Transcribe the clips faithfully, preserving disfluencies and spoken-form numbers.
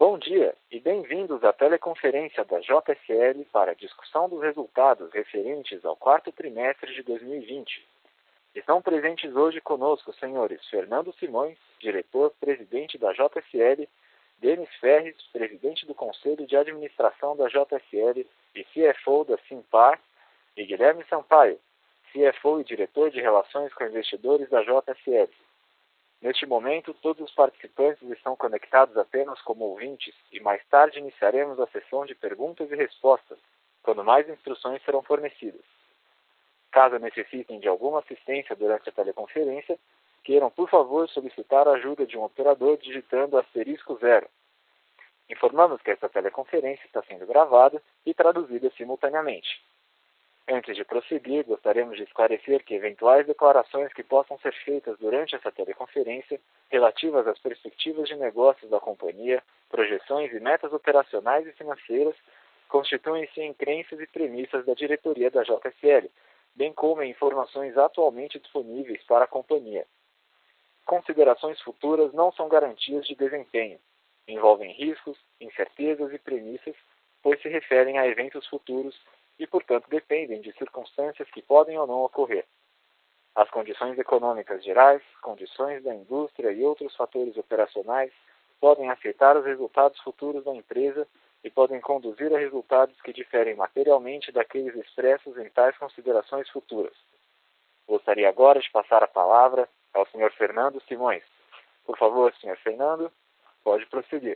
Bom dia e bem-vindos à teleconferência da J S L para a discussão dos resultados referentes ao quarto trimestre de dois mil e vinte. Estão presentes hoje conosco os senhores Fernando Simões, diretor-presidente da J S L, Denis Ferres, presidente do Conselho de Administração da J S L e C F O da Simpar, e Guilherme Sampaio, C F O e diretor de Relações com Investidores da J S L. Neste momento, todos os participantes estão conectados apenas como ouvintes e mais tarde iniciaremos a sessão de perguntas e respostas, quando mais instruções serão fornecidas. Caso necessitem de alguma assistência durante a teleconferência, queiram, por favor, solicitar a ajuda de um operador digitando asterisco zero. Informamos que esta teleconferência está sendo gravada e traduzida simultaneamente. Antes de prosseguir, gostaríamos de esclarecer que eventuais declarações que possam ser feitas durante essa teleconferência, relativas às perspectivas de negócios da companhia, projeções e metas operacionais e financeiras, constituem-se em crenças e premissas da diretoria da J S L, bem como em informações atualmente disponíveis para a companhia. Considerações futuras não são garantias de desempenho, envolvem riscos, incertezas e premissas, pois se referem a eventos futuros e, portanto, dependem de circunstâncias que podem ou não ocorrer. As condições econômicas gerais, condições da indústria e outros fatores operacionais podem afetar os resultados futuros da empresa e podem conduzir a resultados que diferem materialmente daqueles expressos em tais considerações futuras. Gostaria agora de passar a palavra ao senhor Fernando Simões. Por favor, senhor Fernando, pode prosseguir.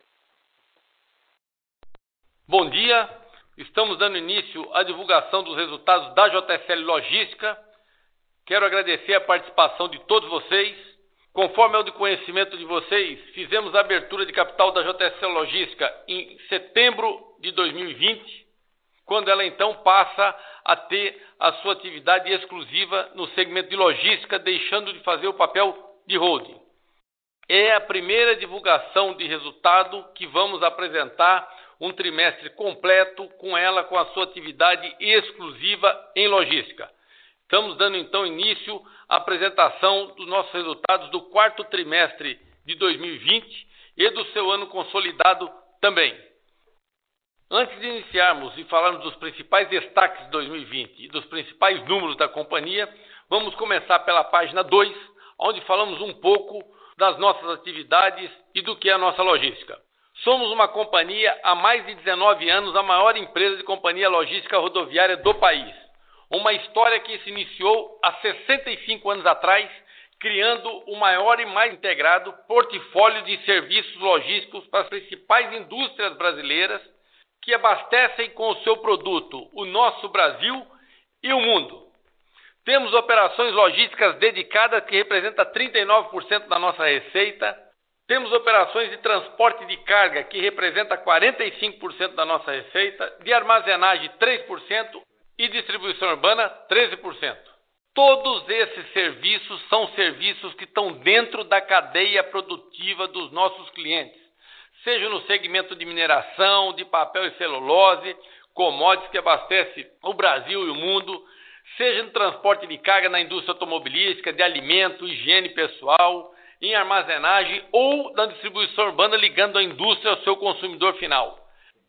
Bom dia. Estamos dando início à divulgação dos resultados da J S L Logística. Quero agradecer a participação de todos vocês. Conforme é o de conhecimento de vocês, fizemos a abertura de capital da J S L Logística em setembro de dois mil e vinte, quando ela então passa a ter a sua atividade exclusiva no segmento de logística, deixando de fazer o papel de holding. É a primeira divulgação de resultado que vamos apresentar um trimestre completo com ela, com a sua atividade exclusiva em logística. Estamos dando então início à apresentação dos nossos resultados do quarto trimestre de dois mil e vinte e do seu ano consolidado também. Antes de iniciarmos e falarmos dos principais destaques de dois mil e vinte e dos principais números da companhia, vamos começar pela página dois, onde falamos um pouco das nossas atividades e do que é a nossa logística. Somos uma companhia há mais de dezenove anos, a maior empresa de companhia logística rodoviária do país. Uma história que se iniciou há sessenta e cinco anos atrás, criando o maior e mais integrado portfólio de serviços logísticos para as principais indústrias brasileiras que abastecem com o seu produto o nosso Brasil e o mundo. Temos operações logísticas dedicadas que representam trinta e nove por cento da nossa receita. Temos operações de transporte de carga, que representa quarenta e cinco por cento da nossa receita, de armazenagem três por cento e distribuição urbana treze por cento. Todos esses serviços são serviços que estão dentro da cadeia produtiva dos nossos clientes, seja no segmento de mineração, de papel e celulose, commodities que abastece o Brasil e o mundo, seja no transporte de carga na indústria automobilística, de alimento, higiene pessoal, em armazenagem ou na distribuição urbana ligando a indústria ao seu consumidor final.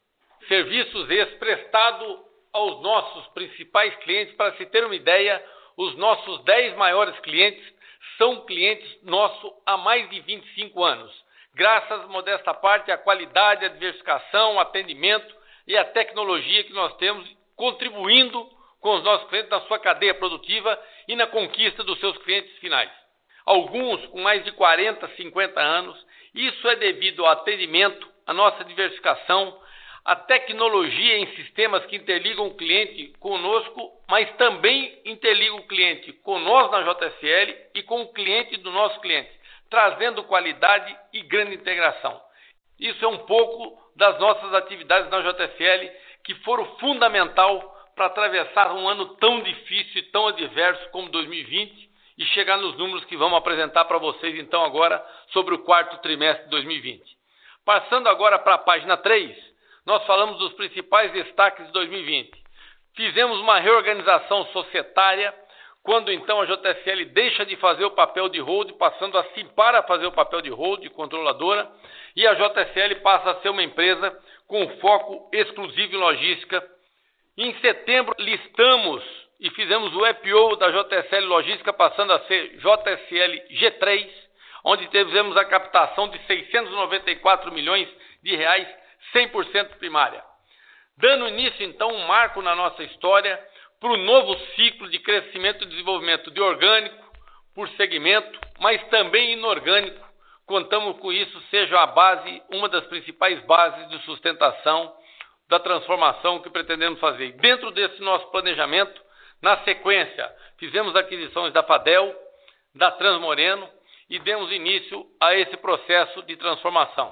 Serviços esses prestados aos nossos principais clientes. Para se ter uma ideia, os nossos dez maiores clientes são clientes nossos há mais de vinte e cinco anos. Graças, modesta parte, à qualidade, à diversificação, ao atendimento e à tecnologia que nós temos, contribuindo com os nossos clientes na sua cadeia produtiva e na conquista dos seus clientes finais. Alguns com mais de quarenta, cinquenta anos. Isso é devido ao atendimento, à nossa diversificação, à tecnologia em sistemas que interligam o cliente conosco, mas também interligam o cliente com nós na J S L e com o cliente do nosso cliente, trazendo qualidade e grande integração. Isso é um pouco das nossas atividades na J S L que foram fundamental para atravessar um ano tão difícil e tão adverso como dois mil e vinte, e chegar nos números que vamos apresentar para vocês então agora sobre o quarto trimestre de dois mil e vinte. Passando agora para a página três, nós falamos dos principais destaques de dois mil e vinte. Fizemos uma reorganização societária quando então a J S L deixa de fazer o papel de hold, passando assim para fazer o papel de hold, controladora, e a J S L passa a ser uma empresa com foco exclusivo em logística. Em setembro listamos e fizemos o I P O da J S L Logística, passando a ser J S L G três, onde tivemos a captação de seiscentos e noventa e quatro milhões de reais, cem por cento primária. Dando início então um marco na nossa história para o novo ciclo de crescimento e desenvolvimento de orgânico, por segmento, mas também inorgânico. Contamos com isso, seja a base, uma das principais bases de sustentação da transformação que pretendemos fazer. Dentro desse nosso planejamento, na sequência, fizemos aquisições da Fadel, da Transmoreno e demos início a esse processo de transformação.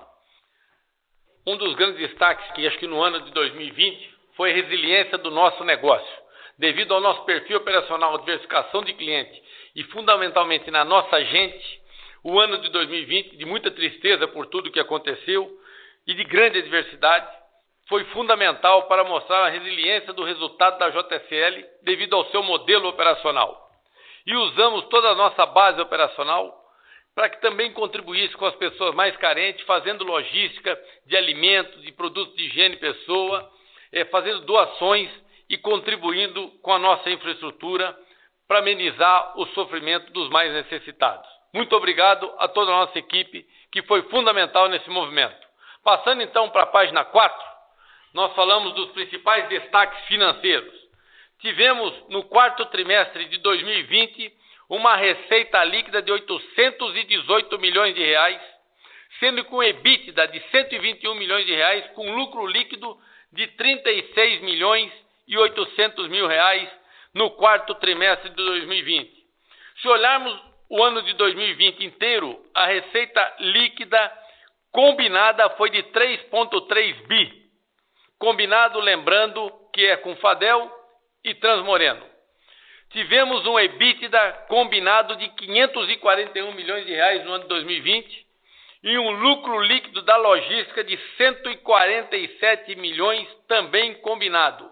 Um dos grandes destaques, que acho que no ano de dois mil e vinte, foi a resiliência do nosso negócio. Devido ao nosso perfil operacional, diversificação de cliente e fundamentalmente na nossa gente, o ano de dois mil e vinte, de muita tristeza por tudo que aconteceu e de grande adversidade, foi fundamental para mostrar a resiliência do resultado da J S L devido ao seu modelo operacional. E usamos toda a nossa base operacional para que também contribuísse com as pessoas mais carentes, fazendo logística de alimentos, de produtos de higiene e pessoa, eh, fazendo doações e contribuindo com a nossa infraestrutura para amenizar o sofrimento dos mais necessitados. Muito obrigado a toda a nossa equipe, que foi fundamental nesse movimento. Passando então para a página quatro, nós falamos dos principais destaques financeiros. Tivemos no quarto trimestre de dois mil e vinte uma receita líquida de oitocentos e dezoito milhões de reais, sendo com EBITDA de cento e vinte e um milhões de reais, com lucro líquido de trinta e seis milhões e oitocentos mil reais no quarto trimestre de dois mil e vinte. Se olharmos o ano de dois mil e vinte inteiro, a receita líquida combinada foi de três vírgula três bi. Combinado, lembrando que é com Fadel e Transmoreno. Tivemos um EBITDA combinado de quinhentos e quarenta e um milhões de reais no ano de dois mil e vinte e um lucro líquido da logística de cento e quarenta e sete milhões também combinado.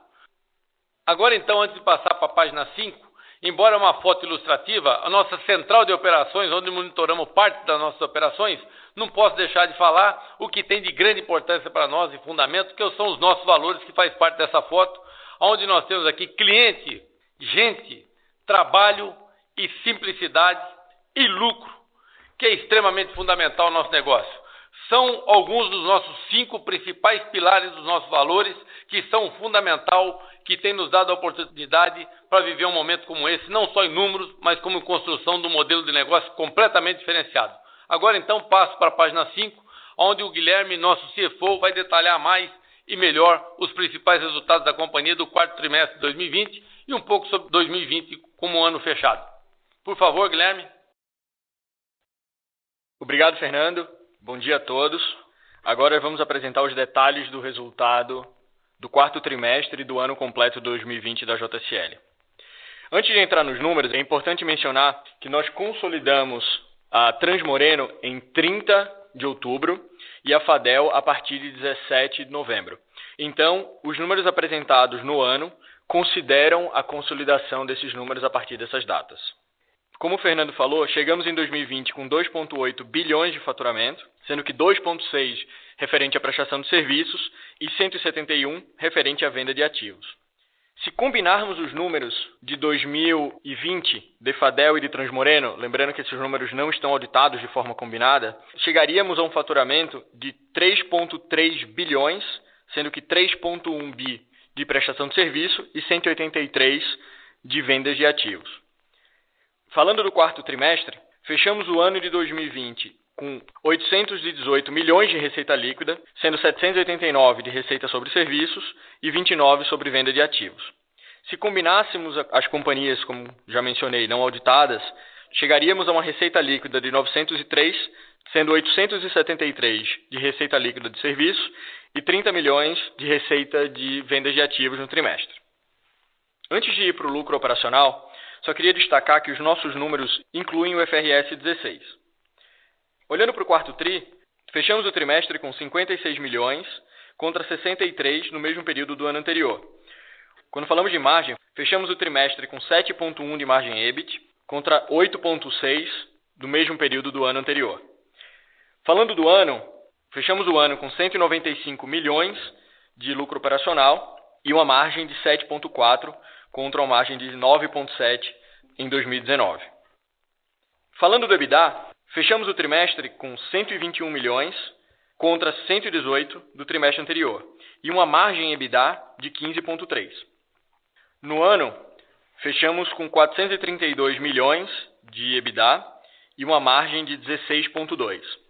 Agora então, antes de passar para a página cinco, embora uma foto ilustrativa, a nossa central de operações, onde monitoramos parte das nossas operações, não posso deixar de falar o que tem de grande importância para nós e fundamento, que são os nossos valores, que faz parte dessa foto, onde nós temos aqui cliente, gente, trabalho e simplicidade e lucro, que é extremamente fundamental no nosso negócio. São alguns dos nossos cinco principais pilares dos nossos valores, que são fundamental, que tem nos dado a oportunidade para viver um momento como esse, não só em números, mas como em construção de um modelo de negócio completamente diferenciado. Agora então passo para a página cinco, onde o Guilherme, nosso C F O, vai detalhar mais e melhor os principais resultados da companhia do quarto trimestre de dois mil e vinte e um pouco sobre dois mil e vinte como ano fechado. Por favor, Guilherme. Obrigado, Fernando. Bom dia a todos. Agora vamos apresentar os detalhes do resultado do quarto trimestre do ano completo dois mil e vinte da J S L. Antes de entrar nos números, é importante mencionar que nós consolidamos a Transmoreno em trinta de outubro e a Fadel a partir de dezessete de novembro. Então, os números apresentados no ano consideram a consolidação desses números a partir dessas datas. Como o Fernando falou, chegamos em dois mil e vinte com dois vírgula oito bilhões de faturamento, sendo que dois vírgula seis referente à prestação de serviços e cento e setenta e um referente à venda de ativos. Se combinarmos os números de dois mil e vinte de Fadel e de Transmoreno, lembrando que esses números não estão auditados de forma combinada, chegaríamos a um faturamento de três vírgula três bilhões, sendo que três vírgula um bi de prestação de serviço e cento e oitenta e três de vendas de ativos. Falando do quarto trimestre, fechamos o ano de dois mil e vinte com oitocentos e dezoito milhões de receita líquida, sendo setecentos e oitenta e nove de receita sobre serviços e vinte e nove sobre venda de ativos. Se combinássemos as companhias, como já mencionei, não auditadas, chegaríamos a uma receita líquida de novecentos e três, sendo oitocentos e setenta e três de receita líquida de serviços e trinta milhões de receita de vendas de ativos no trimestre. Antes de ir para o lucro operacional, só queria destacar que os nossos números incluem o F R S dezesseis. Olhando para o quarto tri, fechamos o trimestre com cinquenta e seis milhões contra sessenta e três no mesmo período do ano anterior. Quando falamos de margem, fechamos o trimestre com sete vírgula um de margem E B I T contra oito vírgula seis do mesmo período do ano anterior. Falando do ano, fechamos o ano com cento e noventa e cinco milhões de lucro operacional e uma margem de sete vírgula quatro contra uma margem de nove vírgula sete em dois mil e dezenove. Falando do EBITDA, fechamos o trimestre com cento e vinte e um milhões contra cento e dezoito do trimestre anterior e uma margem EBITDA de quinze vírgula três. No ano, fechamos com quatrocentos e trinta e dois milhões de EBITDA e uma margem de dezesseis vírgula dois.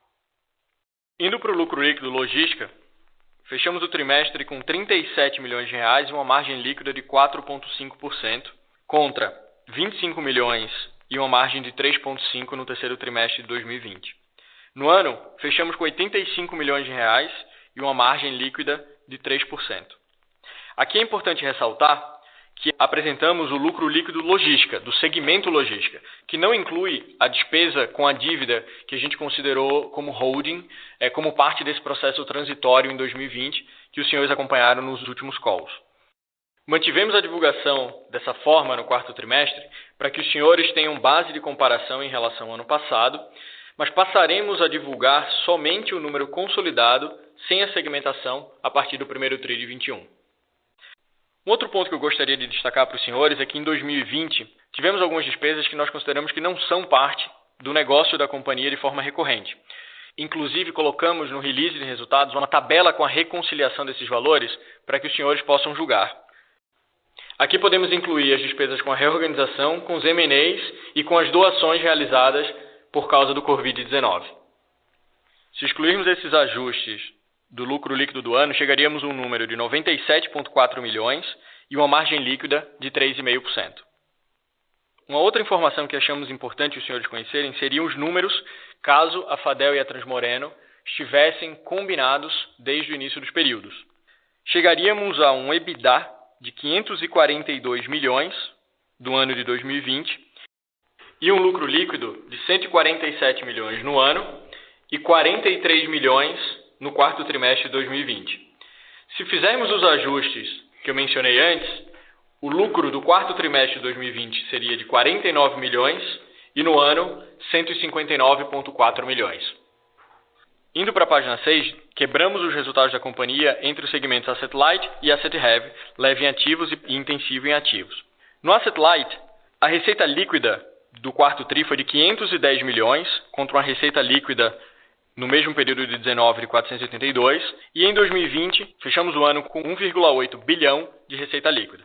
Indo para o lucro líquido logística, fechamos o trimestre com trinta e sete milhões de reais e uma margem líquida de quatro vírgula cinco por cento contra vinte e cinco milhões e uma margem de três vírgula cinco por cento no terceiro trimestre de dois mil e vinte. No ano, fechamos com oitenta e cinco milhões de reais e uma margem líquida de três por cento. Aqui é importante ressaltar que apresentamos o lucro líquido logística, do segmento logística, que não inclui a despesa com a dívida que a gente considerou como holding, é, como parte desse processo transitório em dois mil e vinte, que os senhores acompanharam nos últimos calls. Mantivemos a divulgação dessa forma no quarto trimestre para que os senhores tenham base de comparação em relação ao ano passado, mas passaremos a divulgar somente o número consolidado, sem a segmentação, a partir do primeiro tri de vinte e um. Um outro ponto que eu gostaria de destacar para os senhores é que em dois mil e vinte tivemos algumas despesas que nós consideramos que não são parte do negócio da companhia de forma recorrente. Inclusive, colocamos no release de resultados uma tabela com a reconciliação desses valores para que os senhores possam julgar. Aqui podemos incluir as despesas com a reorganização, com os M and As e com as doações realizadas por causa do covid dezenove. Se excluirmos esses ajustes do lucro líquido do ano, chegaríamos a um número de noventa e sete vírgula quatro milhões e uma margem líquida de três vírgula cinco por cento. Uma outra informação que achamos importante os senhores conhecerem seriam os números caso a Fadel e a Transmoreno estivessem combinados desde o início dos períodos. Chegaríamos a um EBITDA de quinhentos e quarenta e dois milhões do ano de dois mil e vinte e um lucro líquido de cento e quarenta e sete milhões no ano e quarenta e três milhões no quarto trimestre de dois mil e vinte. Se fizermos os ajustes que eu mencionei antes, o lucro do quarto trimestre de dois mil e vinte seria de quarenta e nove milhões e no ano cento e cinquenta e nove vírgula quatro milhões. Indo para a página seis, quebramos os resultados da companhia entre os segmentos Asset Light e Asset Heavy, leve em ativos e intensivo em ativos. No Asset Light, a receita líquida do quarto tri foi de quinhentos e dez milhões contra uma receita líquida no mesmo período de dezenove de quatrocentos e oitenta e dois, e em dois mil e vinte fechamos o ano com um vírgula oito bilhão de receita líquida.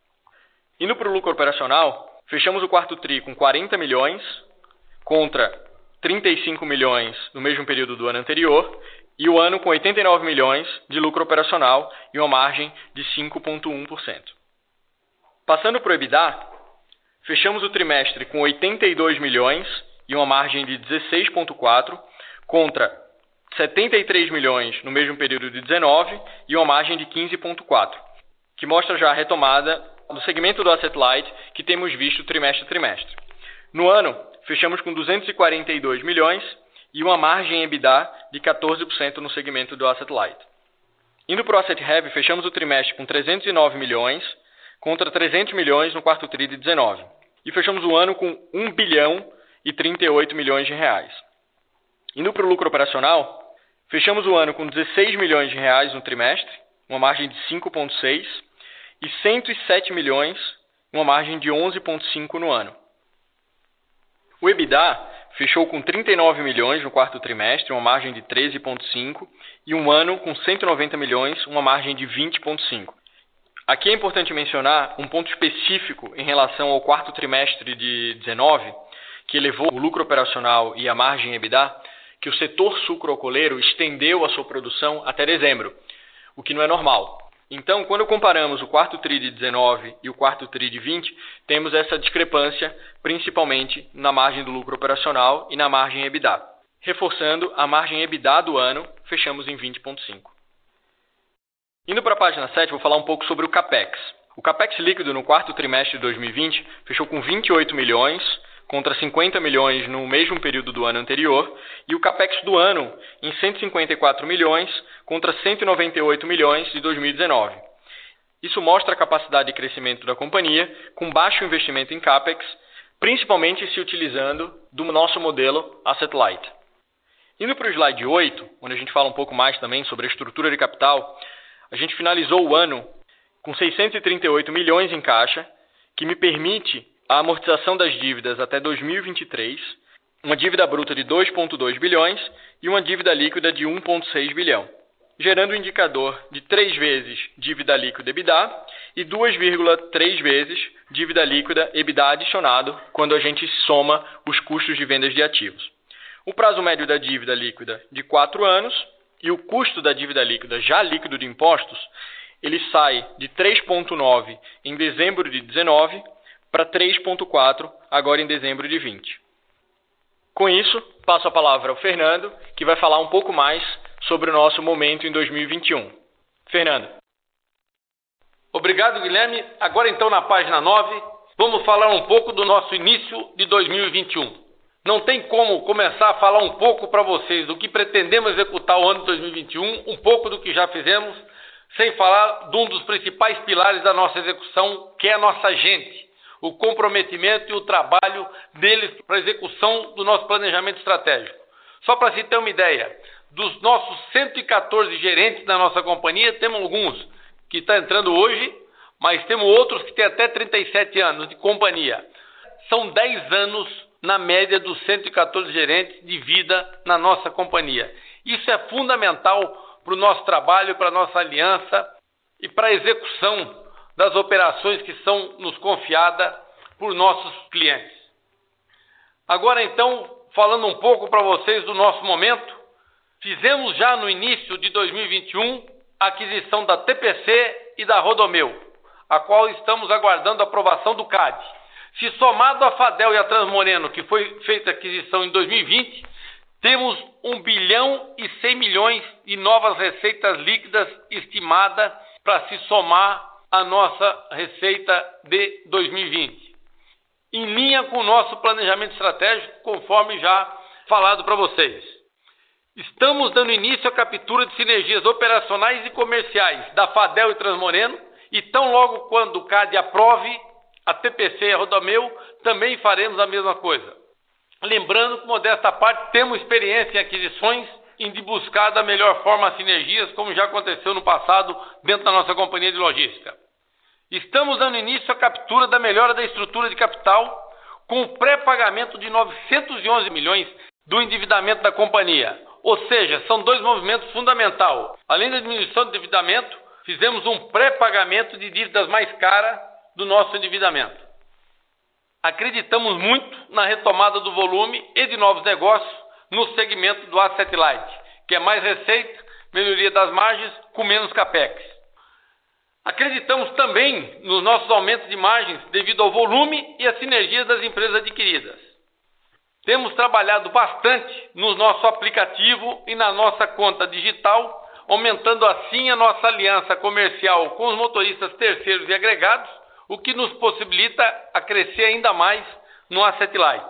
Indo para o lucro operacional, fechamos o quarto tri com quarenta milhões contra trinta e cinco milhões no mesmo período do ano anterior e o ano com oitenta e nove milhões de lucro operacional e uma margem de cinco vírgula um por cento. Passando para o EBITDA, fechamos o trimestre com oitenta e dois milhões e uma margem de dezesseis vírgula quatro por cento contra setenta e três milhões no mesmo período de dezenove e uma margem de quinze vírgula quatro por cento, que mostra já a retomada do segmento do Asset Light que temos visto trimestre a trimestre. No ano, fechamos com duzentos e quarenta e dois milhões e uma margem EBITDA de quatorze por cento no segmento do Asset Light. Indo para o Asset Heavy, fechamos o trimestre com trezentos e nove milhões contra trezentos milhões no quarto tri de dezenove e fechamos o ano com um bilhão e trinta e oito milhões de reais. Indo para o lucro operacional, fechamos o ano com dezesseis milhões de reais no trimestre, uma margem de cinco vírgula seis por cento, e cento e sete milhões, uma margem de onze vírgula cinco por cento no ano. O EBITDA fechou com trinta e nove milhões no quarto trimestre, uma margem de treze vírgula cinco por cento, e um ano com cento e noventa milhões, uma margem de vinte vírgula cinco por cento. Aqui é importante mencionar um ponto específico em relação ao quarto trimestre de dezenove, que elevou o lucro operacional e a margem EBITDA, que o setor sucroalcooleiro estendeu a sua produção até dezembro, o que não é normal. Então, quando comparamos o quarto tri de dezenove e o quarto tri de vinte, temos essa discrepância, principalmente na margem do lucro operacional e na margem EBITDA. Reforçando, a margem EBITDA do ano, fechamos em vinte vírgula cinco por cento. Indo para a página sete, vou falar um pouco sobre o CAPEX. O CAPEX líquido no quarto trimestre de dois mil e vinte fechou com vinte e oito milhões, contra cinquenta milhões no mesmo período do ano anterior, e o CAPEX do ano em cento e cinquenta e quatro milhões, contra cento e noventa e oito milhões de dois mil e dezenove. Isso mostra a capacidade de crescimento da companhia com baixo investimento em CAPEX, principalmente se utilizando do nosso modelo Asset Light. Indo para o slide oito, onde a gente fala um pouco mais também sobre a estrutura de capital, a gente finalizou o ano com seiscentos e trinta e oito milhões em caixa, que me permite a amortização das dívidas até dois mil e vinte e três, uma dívida bruta de dois vírgula dois bilhões e uma dívida líquida de um vírgula seis bilhão, gerando um indicador de três vezes dívida líquida EBITDA e duas vírgula três vezes dívida líquida EBITDA adicionado quando a gente soma os custos de vendas de ativos. O prazo médio da dívida líquida de quatro anos e o custo da dívida líquida já líquido de impostos, ele sai de três vírgula nove em dezembro de dezenove para três vírgula quatro agora em dezembro de vinte. Com isso, passo a palavra ao Fernando, que vai falar um pouco mais sobre o nosso momento em dois mil e vinte e um. Fernando. Obrigado, Guilherme. Agora então na página nove, vamos falar um pouco do nosso início de dois mil e vinte e um. Não tem como começar a falar um pouco para vocês do que pretendemos executar o ano de dois mil e vinte e um, um pouco do que já fizemos, sem falar de um dos principais pilares da nossa execução, que é a nossa gente, o comprometimento e o trabalho deles para a execução do nosso planejamento estratégico. Só para se ter uma ideia, dos nossos cento e quatorze gerentes da nossa companhia, temos alguns que estão entrando hoje, mas temos outros que têm até trinta e sete anos de companhia. São dez anos na média dos cento e quatorze gerentes de vida na nossa companhia. Isso é fundamental para o nosso trabalho, para a nossa aliança e para a execução das operações que são nos confiadas por nossos clientes. Agora então, falando um pouco para vocês do nosso momento, fizemos já no início de dois mil e vinte e um a aquisição da T P C e da Rodomeu, a qual estamos aguardando a aprovação do C A D. Se somado a Fadel e a Transmoreno, que foi feita a aquisição em dois mil e vinte, temos um bilhão e cem milhões de novas receitas líquidas estimadas para se somar à nossa receita de dois mil e vinte. Em linha com o nosso planejamento estratégico, conforme já falado para vocês. Estamos dando início à captura de sinergias operacionais e comerciais da Fadel e Transmoreno, e tão logo quando o C A D aprove a T P C e a Rodomeu, também faremos a mesma coisa. Lembrando que, modesta parte, temos experiência em aquisições e de buscar da melhor forma as sinergias, como já aconteceu no passado dentro da nossa companhia de logística. Estamos dando início à captura da melhora da estrutura de capital, com o pré-pagamento de novecentos e onze milhões do endividamento da companhia. Ou seja, são dois movimentos fundamentais. Além da diminuição do endividamento, fizemos um pré-pagamento de dívidas mais caras do nosso endividamento. Acreditamos muito na retomada do volume e de novos negócios no segmento do Asset Light, que é mais receita, melhoria das margens com menos CAPEX. Acreditamos também nos nossos aumentos de margens devido ao volume e à sinergia das empresas adquiridas. Temos trabalhado bastante no nosso aplicativo e na nossa conta digital, aumentando assim a nossa aliança comercial com os motoristas terceiros e agregados, o que nos possibilita a crescer ainda mais no Asset Light.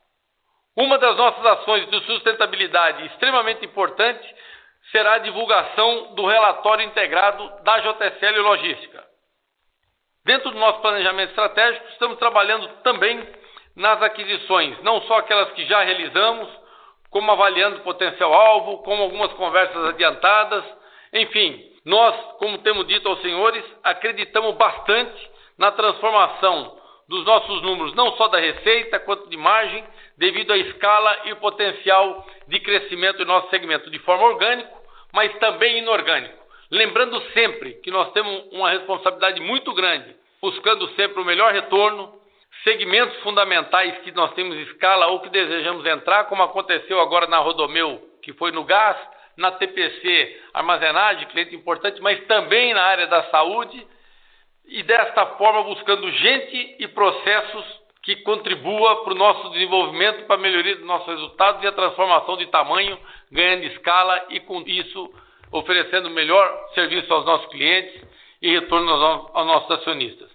Uma das nossas ações de sustentabilidade extremamente importante será a divulgação do relatório integrado da J S L Logística. Dentro do nosso planejamento estratégico, estamos trabalhando também nas aquisições, não só aquelas que já realizamos, como avaliando o potencial-alvo, como algumas conversas adiantadas. Enfim, nós, como temos dito aos senhores, acreditamos bastante na transformação dos nossos números, não só da receita, quanto de margem, devido à escala e o potencial de crescimento do nosso segmento de forma orgânica, mas também inorgânico. Lembrando sempre que nós temos uma responsabilidade muito grande, buscando sempre o melhor retorno, segmentos fundamentais que nós temos escala ou que desejamos entrar, como aconteceu agora na Rodomeu, que foi no gás, na T P C, armazenagem, cliente importante, mas também na área da saúde, e desta forma buscando gente e processos que contribua para o nosso desenvolvimento, para a melhoria dos nossos resultados e a transformação de tamanho, ganhando escala e com isso oferecendo melhor serviço aos nossos clientes e retorno aos, aos nossos acionistas.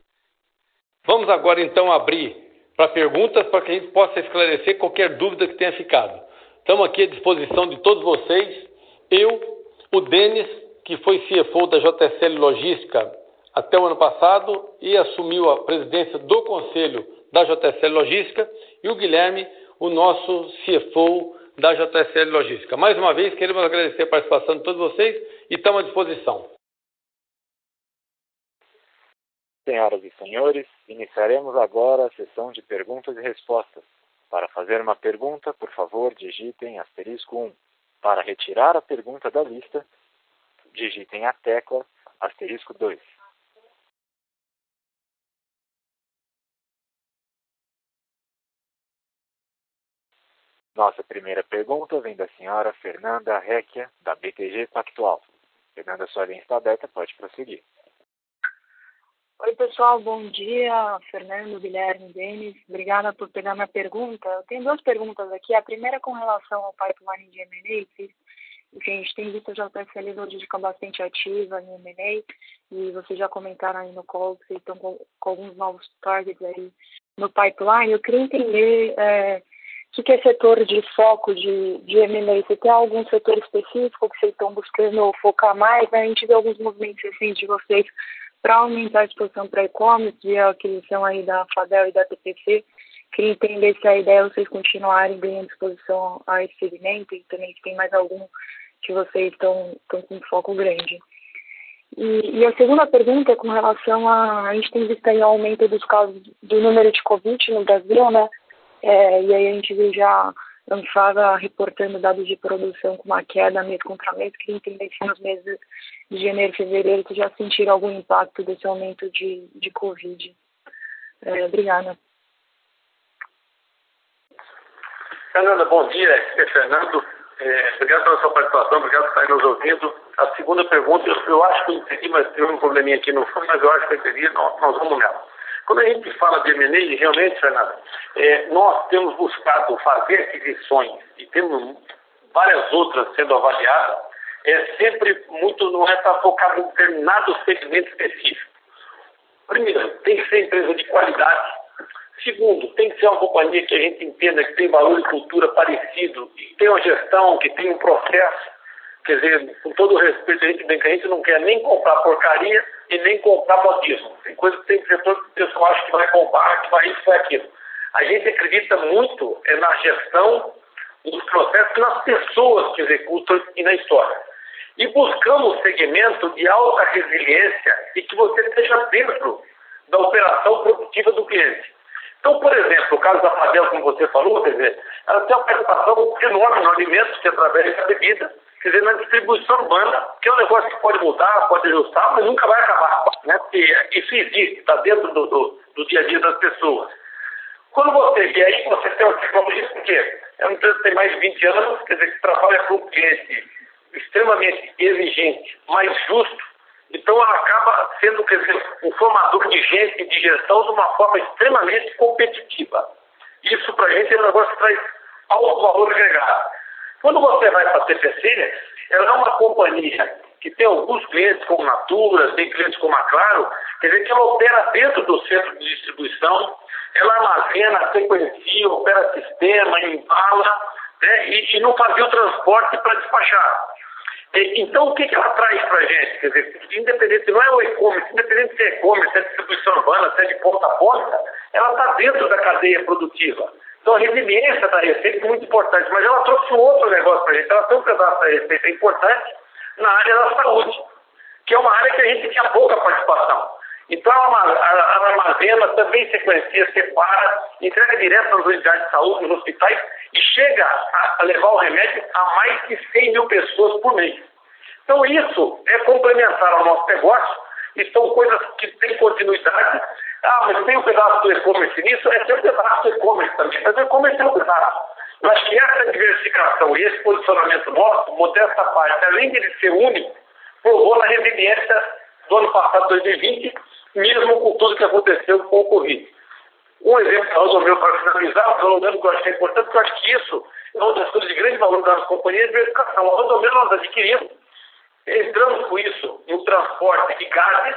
Vamos agora então abrir para perguntas para que a gente possa esclarecer qualquer dúvida que tenha ficado. Estamos aqui à disposição de todos vocês. Eu, o Denis, que foi C F O da J S L Logística até o ano passado e assumiu a presidência do Conselho da J S L Logística, e o Guilherme, o nosso C F O da J S L Logística. Mais uma vez, queremos agradecer a participação de todos vocês e estamos à disposição. Senhoras e senhores, iniciaremos agora a sessão de perguntas e respostas. Para fazer uma pergunta, por favor, digitem asterisco um. Para retirar a pergunta da lista, digitem a tecla asterisco dois. Nossa primeira pergunta vem da senhora Fernanda Recchia, da B T G Pactual. Fernanda, sua linha está aberta, pode prosseguir. Oi, pessoal, bom dia. Fernando, Guilherme, Denis, obrigada por pegar minha pergunta. Eu tenho duas perguntas aqui. A primeira com relação ao pipeline de M and A. Enfim, a gente tem visto a J S L Logística bastante ativa em M and A, e vocês já comentaram aí no call que vocês estão com, com alguns novos targets aí no pipeline. Eu queria entender é, o que, que é setor de foco de, de M and A. Você tem algum setor específico que vocês estão buscando focar mais? A gente vê alguns movimentos recentes de vocês para aumentar a exposição para e-commerce, via a aquisição aí da Fadel e da T P C. Queria entender se a ideia é vocês continuarem ganhando exposição a esse segmento, e também se tem mais algum que vocês estão, estão com foco grande. E, e a segunda pergunta é com relação a... A gente tem visto aí o aumento dos casos do número de Covid no Brasil, né? É, e aí a gente viu já a Anfávia reportando dados de produção com uma queda mês contra mês. Queria entender se nos meses de janeiro e fevereiro vocês já sentiram algum impacto desse aumento de, de Covid. É, obrigada. Fernanda, bom dia. É Fernando. É, obrigado pela sua participação, obrigado por estar nos ouvindo. A segunda pergunta, eu, eu acho que eu entendi, mas teve um probleminha aqui no fundo, mas eu acho que eu entendi, nós, nós vamos nela. Quando a gente fala de M and A, realmente, Fernando, é, nós temos buscado fazer aquisições e temos várias outras sendo avaliadas, é sempre muito, não é para focar em determinado segmento específico. Primeiro, tem que ser empresa de qualidade. Segundo, tem que ser uma companhia que a gente entenda que tem valor e cultura parecido, que tem uma gestão, que tem um processo. Quer dizer, com todo o respeito, a gente bem que a gente não quer nem comprar porcaria e nem comprar modismo. Tem coisa que tem setor que o pessoal acha que vai comprar, que vai isso, vai aquilo. A gente acredita muito é, na gestão, nos processos, nas pessoas que executam e na história. E buscamos segmento de alta resiliência e que você esteja dentro da operação produtiva do cliente. Então, por exemplo, o caso da Fadel, como você falou, quer dizer, ela tem uma participação enorme no alimento, que através da bebida, quer dizer, na distribuição urbana, que é um negócio que pode mudar, pode ajustar, mas nunca vai acabar, né? Porque isso existe, está dentro do, do, do dia a dia das pessoas. Quando você vê aí, você tem uma tecnologia, porque é uma empresa que tem mais de vinte anos, quer dizer, que trabalha com um cliente extremamente exigente, mais justo. Então, ela acaba sendo, quer dizer, um formador de gente e de gestão de uma forma extremamente competitiva. Isso, para a gente, é um negócio que traz alto valor agregado. Quando você vai para a T P C, ela é uma companhia que tem alguns clientes como Natura, tem clientes como a Claro, quer dizer, que ela opera dentro do centro de distribuição, ela armazena, sequencia, opera sistema, embala, né, e, e não fazia o transporte para despachar. Então, o que, que ela traz para a gente? Quer dizer, independente, não é o e-commerce, independente se é e-commerce, se é distribuição urbana, se é de ponta a ponta, ela está dentro da cadeia produtiva. Então, a resiliência da receita é muito importante, mas ela trouxe um outro negócio para a gente. Ela tem um pedaço da receita importante na área da saúde, que é uma área que a gente tinha pouca participação. Então, ela armazena, também sequencia, separa, entrega direto nas unidades de saúde, nos hospitais, e chega a levar o remédio a mais de cem mil pessoas por mês. Então, isso é complementar ao nosso negócio, e são coisas que têm continuidade. Ah, mas tem um pedaço do e-commerce nisso, é tem um pedaço do e-commerce também, mas o e-commerce é um pedaço. Eu acho que essa diversificação e esse posicionamento nosso, modesta parte, além de ele ser único, provou na resiliência do ano passado, dois mil e vinte, mesmo com tudo que aconteceu com o Covid. Um exemplo da Rodomeu para finalizar, falando que eu acho que é importante, porque eu acho que isso é uma das coisas de grande valor das companhias de diversificação. A Rodomeu nós adquirimos, entramos com isso no transporte de gases,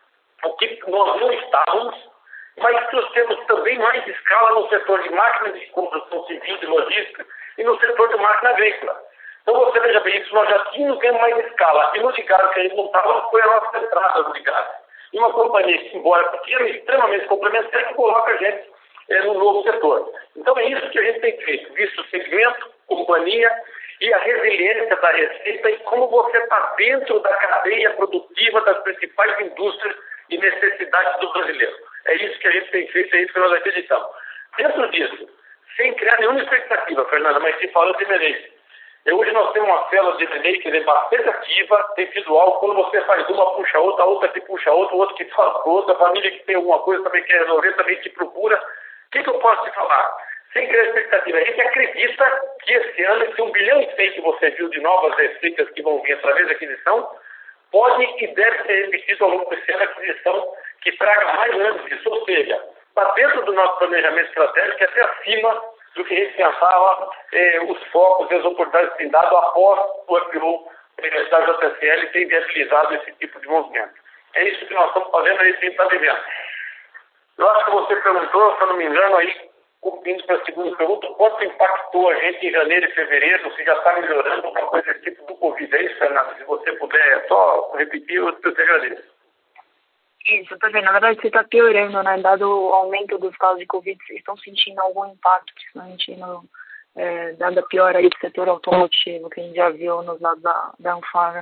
o que nós não estávamos, mas nós temos também mais escala no setor de máquinas de construção civil, de logística, e no setor de máquina agrícola. Então você veja bem, isso nós já tínhamos mais escala, e no de gás que a gente não estava foi a nossa entrada no de gás. e uma companhia que, embora pequena, extremamente complementar, que coloca a gente é, no novo setor. Então é isso que a gente tem feito, visto o segmento, companhia e a resiliência da receita e como você está dentro da cadeia produtiva das principais indústrias e necessidades do brasileiro. É isso que a gente tem feito, é isso que nós acreditamos. Dentro disso, sem criar nenhuma expectativa, Fernanda, mas se fala de M and A. Hoje nós temos uma célula de M and A que é bastante ativa, tem sido algo, quando você faz uma, puxa outra, a outra que puxa outra, o outro que fala outra, a família que tem alguma coisa também quer resolver, também te procura. O que, que eu posso te falar? Sem criar expectativa, a gente acredita que esse ano, esse um bilhão e cem que você viu de novas receitas que vão vir através da aquisição, pode e deve ser repetido ao longo desse ano a aquisição que traga mais anos disso, ou seja, está dentro do nosso planejamento estratégico, até acima do que a gente pensava, eh, os focos e as oportunidades que têm dado após o I P O eh, da J S L ter viabilizado esse tipo de movimento. É isso que nós estamos fazendo, é isso que a gente está vivendo. Eu acho que você perguntou, se eu não me engano, aí, indo para a segunda pergunta, quanto impactou a gente em janeiro e fevereiro, se já está melhorando alguma coisa desse tipo do Covid. É isso, Fernando? Se você puder só repetir, eu te agradeço. Isso, perfeito. Na verdade, você está piorando, né? Dado o aumento dos casos de Covid, vocês estão sentindo algum impacto, principalmente no, é, dada a piora aí do setor automotivo, que a gente já viu nos dados da, da Anfávia.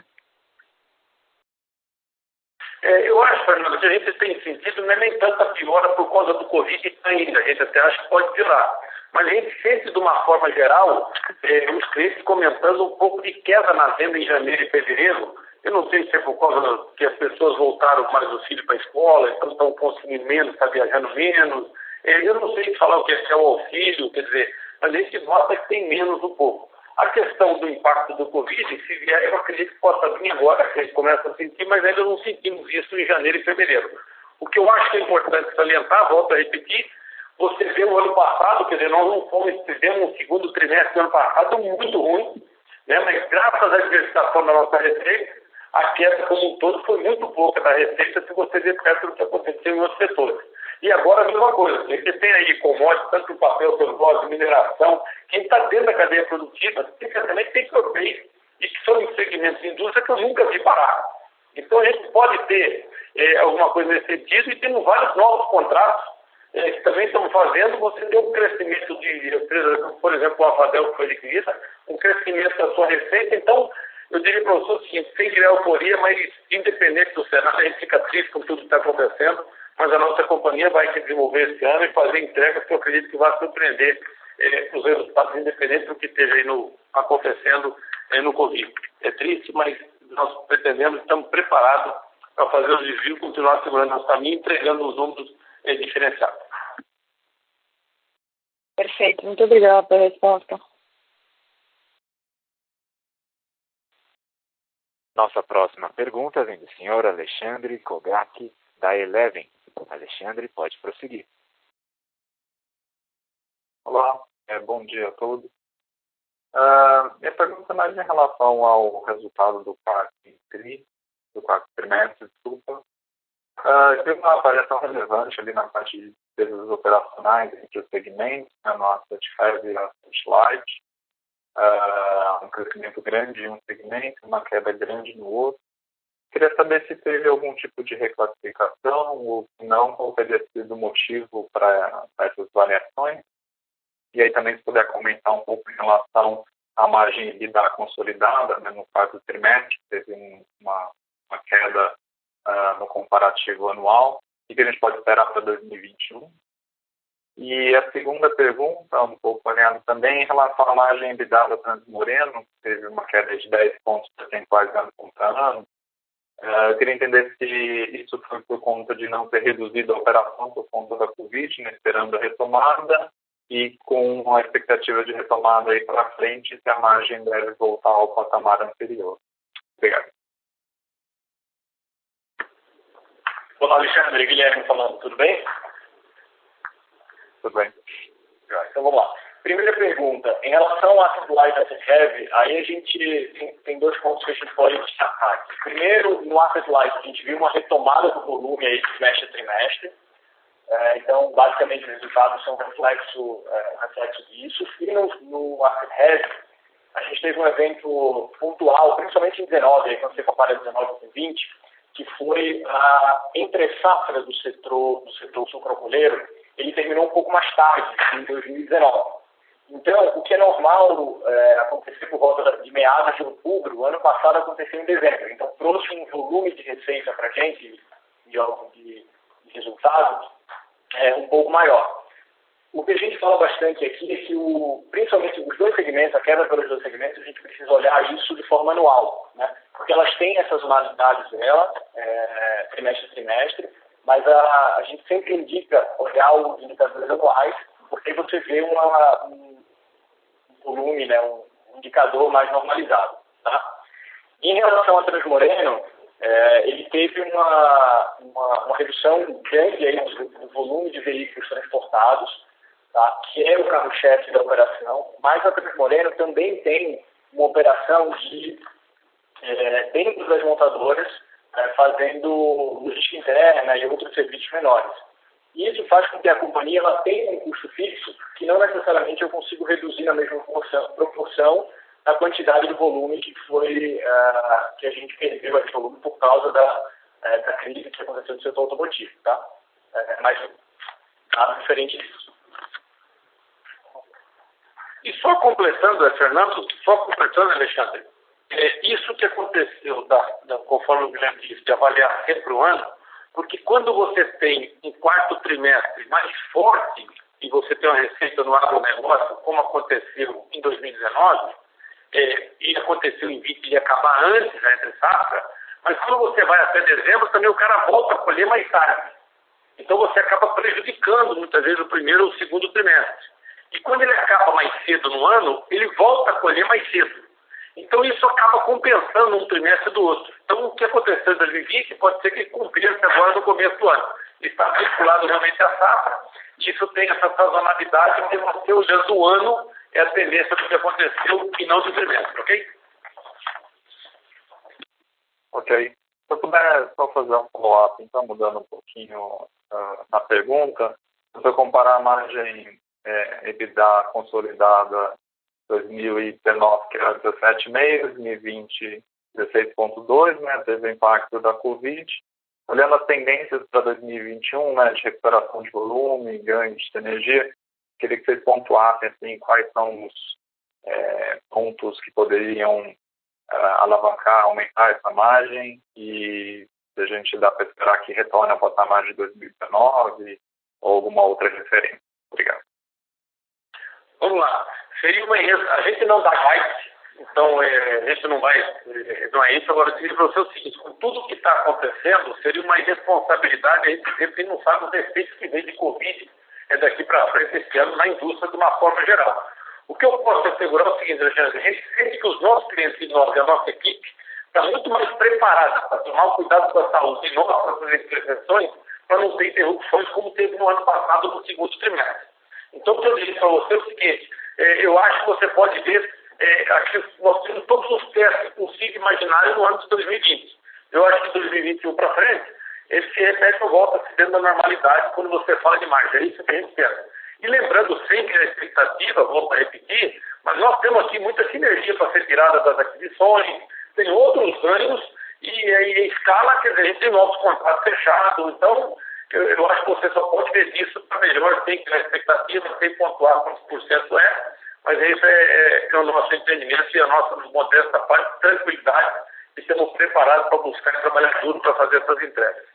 É, eu acho, Fernando, que a gente tem sentido não é nem tanta piora por causa do Covid ainda. A gente até acha que pode piorar. Mas a gente sente, de uma forma geral, é, os clientes comentando um pouco de queda na venda em janeiro e fevereiro. Eu não sei se é por causa que as pessoas voltaram mais os filhos para a escola, então estão consumindo menos, estão viajando menos. É, eu não sei falar o que é o auxílio, quer dizer, mas a gente nota que tem menos um pouco. A questão do impacto do Covid, se vier, eu acredito que possa vir agora, que a gente começa a sentir, mas ainda não sentimos isso em janeiro e fevereiro. O que eu acho que é importante salientar, volto a repetir, você vê o ano passado, quer dizer, nós não fomos, tivemos um segundo trimestre do ano passado muito ruim, né, mas graças à diversificação da nossa receita, a queda como um todo foi muito pouca da receita se você ver perto do que aconteceu em outros setores. E agora a mesma coisa, a gente tem aí commodities, tanto o papel, celulose, mineração, quem está dentro da cadeia produtiva, tem que também tem que ver, e que são em segmentos de indústria que eu nunca vi parar. Então a gente pode ter é, alguma coisa nesse sentido e temos vários novos contratos é, que também estamos fazendo, você tem um crescimento de empresas, por exemplo, o Afadel que foi adquirida, um crescimento da sua receita, então eu diria para você o seguinte, sem criar euforia, mas independente do cenário, a gente fica triste com tudo que está acontecendo, mas a nossa companhia vai se desenvolver esse ano e fazer entregas que eu acredito que vai surpreender eh, os resultados, independente do que esteja aí no, acontecendo eh, no Covid. É triste, mas nós pretendemos, estamos preparados para fazer o desvio, continuar segurando nosso caminho, entregando os números eh, diferenciados. Perfeito, muito obrigada pela resposta. Nossa próxima pergunta vem do senhor Alexandre Kogaki, da Eleven. Alexandre, pode prosseguir. Olá, é, bom dia a todos. Uh, minha pergunta é mais em relação ao resultado do quarto tri, do quarto trimestre, desculpa. Uh, teve uma variação relevante ali na parte de despesas operacionais entre os segmentos, né, no Asset Heavy e Asset Light. Uh, um crescimento grande em um segmento, uma queda grande no outro. Queria saber se teve algum tipo de reclassificação ou se não, qual teria sido o motivo para essas variações. E aí também se puder comentar um pouco em relação à margem EBITDA consolidada, né, no quarto trimestre, teve um, uma, uma queda uh, no comparativo anual. O que a gente pode esperar para dois mil e vinte e um? E a segunda pergunta, um pouco olhando também em relação à margem EBITDA da Transmoreno, que teve uma queda de dez pontos percentuais ano contra ano. Uh, eu queria entender se isso foi por conta de não ter reduzido a operação por conta da Covid, né, esperando a retomada, e com a expectativa de retomada aí para frente, se a margem deve voltar ao patamar anterior. Obrigado. Olá, Alexandre, Guilherme falando, tudo bem? Tudo bem. Então vamos lá. Primeira pergunta, em relação a Asset Light e Asset Heavy, aí a gente tem, tem dois pontos que a gente pode destacar. Primeiro, no Asset Light, a gente viu uma retomada do volume aí trimestre a trimestre. É, então, basicamente, os resultados são reflexo, é, reflexo disso. E no, no Asset Heavy, a gente teve um evento pontual, principalmente em dezenove, aí, quando você compara dezenove com vinte, que foi foi a entre-safra do setor, do setor sucroalcooleiro, ele terminou um pouco mais tarde, em dois mil e dezenove. Então, o que é normal é, acontecer por volta de meados de outubro, o ano passado aconteceu em dezembro. Então, trouxe um volume de receita para a gente, de, de, de resultados, é, um pouco maior. O que a gente fala bastante aqui é que, o, principalmente os dois segmentos, a quebra pelos dois segmentos, a gente precisa olhar isso de forma anual, né? Porque elas têm essas sazonalidades dela, é, trimestre a trimestre, mas a, a gente sempre indica olhar os indicadores anuais, porque aí você vê uma, um volume, né, um indicador mais normalizado. Tá? Em relação ao Transmoreno, é, ele teve uma, uma, uma redução grande aí do, do volume de veículos transportados, tá? Que é o carro-chefe da operação, mas a Transmoreno também tem uma operação de, é, dentro das montadoras, é, fazendo logística interna e outros serviços menores. E isso faz com que a companhia ela tenha um custo fixo que não necessariamente eu consigo reduzir na mesma proporção, proporção a quantidade de volume que foi uh, que a gente perdeu esse volume por causa da, uh, da crise que aconteceu no setor automotivo, tá? Uh, mas nada diferente disso. E só completando, Fernando, só completando, Alexandre, é isso que aconteceu, da, da, conforme o Guilherme disse, de avaliar sempre o ano, porque quando você tem um quarto trimestre mais forte e você tem uma receita no agronegócio, como aconteceu em dois mil e dezenove, é, e aconteceu em vinte e acabar antes da entre-safra, mas quando você vai até dezembro, também o cara volta a colher mais tarde. Então você acaba prejudicando muitas vezes o primeiro ou o segundo trimestre. E quando ele acaba mais cedo no ano, ele volta a colher mais cedo. Então isso acaba compensando um trimestre do outro. Então o que aconteceu em dois mil e vinte pode ser que compense agora no começo do ano. Está vinculado realmente à safra, isso tem essa sazonalidade, mas você olhando o ano é a tendência do que aconteceu e não do trimestre, ok? Ok. Se eu puder só fazer um follow-up, então mudando um pouquinho uh, na pergunta, se eu comparar a margem é, EBITDA consolidada dois mil e dezenove, que era dezessete vírgula cinco, dois mil e vinte, dezesseis vírgula dois, né, teve o impacto da Covid. Olhando as tendências para dois mil e vinte e um, né, de recuperação de volume, ganho de energia, queria que vocês pontuassem assim, quais são os é, pontos que poderiam uh, alavancar, aumentar essa margem e se a gente dá para esperar que retorne ao patamar de dois mil e dezenove ou alguma outra referência. Obrigado. Vamos lá. Seria uma, a gente não dá guide, então é, a gente não vai, é, não é isso. Agora, eu queria para você o seguinte, com tudo que está acontecendo, seria uma irresponsabilidade a gente dizer que não sabe os efeitos que vem de Covid é daqui para frente esse ano na indústria de uma forma geral. O que eu posso assegurar é o seguinte, Alexandre, a gente sente que os nossos clientes e nós e a nossa equipe está muito mais preparada para tomar o cuidado com a saúde e nossas intervenções para não ter interrupções como teve no ano passado no segundo trimestre. Então, o que eu diria para você é o seguinte, é, eu acho que você pode ver, é, acho que nós temos todos os testes possíveis e imaginários no ano de dois mil e vinte. Eu acho que de dois mil e vinte e um para frente, ele se repete ou volta a se dentro da normalidade quando você fala de margem. É isso que a gente quer. E lembrando sempre a expectativa, volto a repetir, mas nós temos aqui muita sinergia para ser tirada das aquisições, tem outros ganhos e, e em escala, quer dizer, a gente tem novos contratos fechados. Então, eu, eu acho que você só pode ver disso para melhor, tem que ter expectativa, tem que pontuar quantos por cento é, mas isso é, é, é o nosso entendimento e a nossa modesta parte de tranquilidade e estamos preparados para buscar e trabalhar tudo para fazer essas entregas.